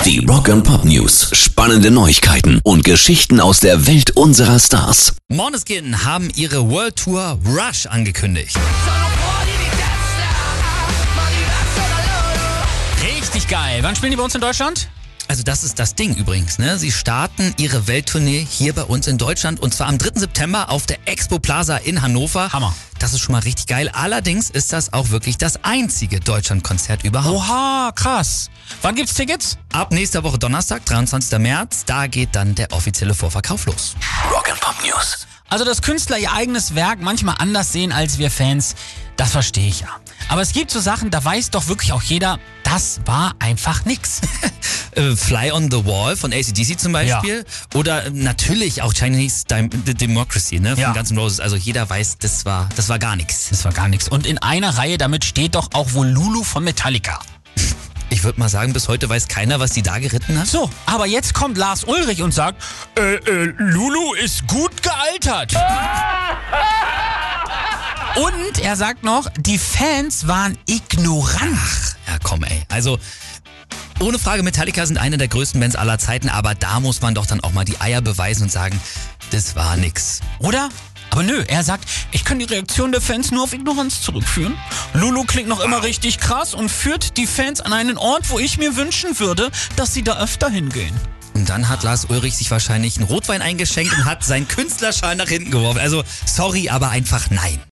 Die Rock and Pop News. Spannende Neuigkeiten und Geschichten aus der Welt unserer Stars. Måneskin haben ihre World Tour Rush angekündigt. Richtig geil. Wann spielen die bei uns in Deutschland? Also das ist das Ding übrigens, ne? Sie starten ihre Welttournee hier bei uns in Deutschland und zwar am 3. September auf der Expo Plaza in Hannover. Hammer. Das ist schon mal richtig geil. Allerdings ist das auch wirklich das einzige Deutschlandkonzert überhaupt. Oha, krass. Wann gibt's Tickets? Ab nächster Woche Donnerstag, 23. März, da geht dann der offizielle Vorverkauf los. Rock and Pop News. Also, dass Künstler ihr eigenes Werk manchmal anders sehen als wir Fans, das verstehe ich ja. Aber es gibt so Sachen, da weiß doch wirklich auch jeder, das war einfach nix. Fly on the Wall von AC/DC zum Beispiel. Ja. Oder natürlich auch Chinese Democracy, ne? Von Guns N' Roses. Also jeder weiß, das war gar nichts. Das war gar nichts. Und in einer Reihe damit steht doch auch wohl Lulu von Metallica. Ich würde mal sagen, bis heute weiß keiner, was die da geritten hat. So, aber jetzt kommt Lars Ulrich und sagt, Lulu ist gut gealtert. Und er sagt noch, die Fans waren ignorant. Ach, ja komm ey. Also, ohne Frage, Metallica sind eine der größten Bands aller Zeiten, aber da muss man doch dann auch mal die Eier beweisen und sagen, das war nix. Oder? Aber nö, er sagt, ich kann die Reaktion der Fans nur auf Ignoranz zurückführen. Lulu klingt noch immer richtig krass und führt die Fans an einen Ort, wo ich mir wünschen würde, dass sie da öfter hingehen. Und dann hat Lars Ulrich sich wahrscheinlich einen Rotwein eingeschenkt und hat seinen Künstlerschal nach hinten geworfen. Also, sorry, aber einfach nein.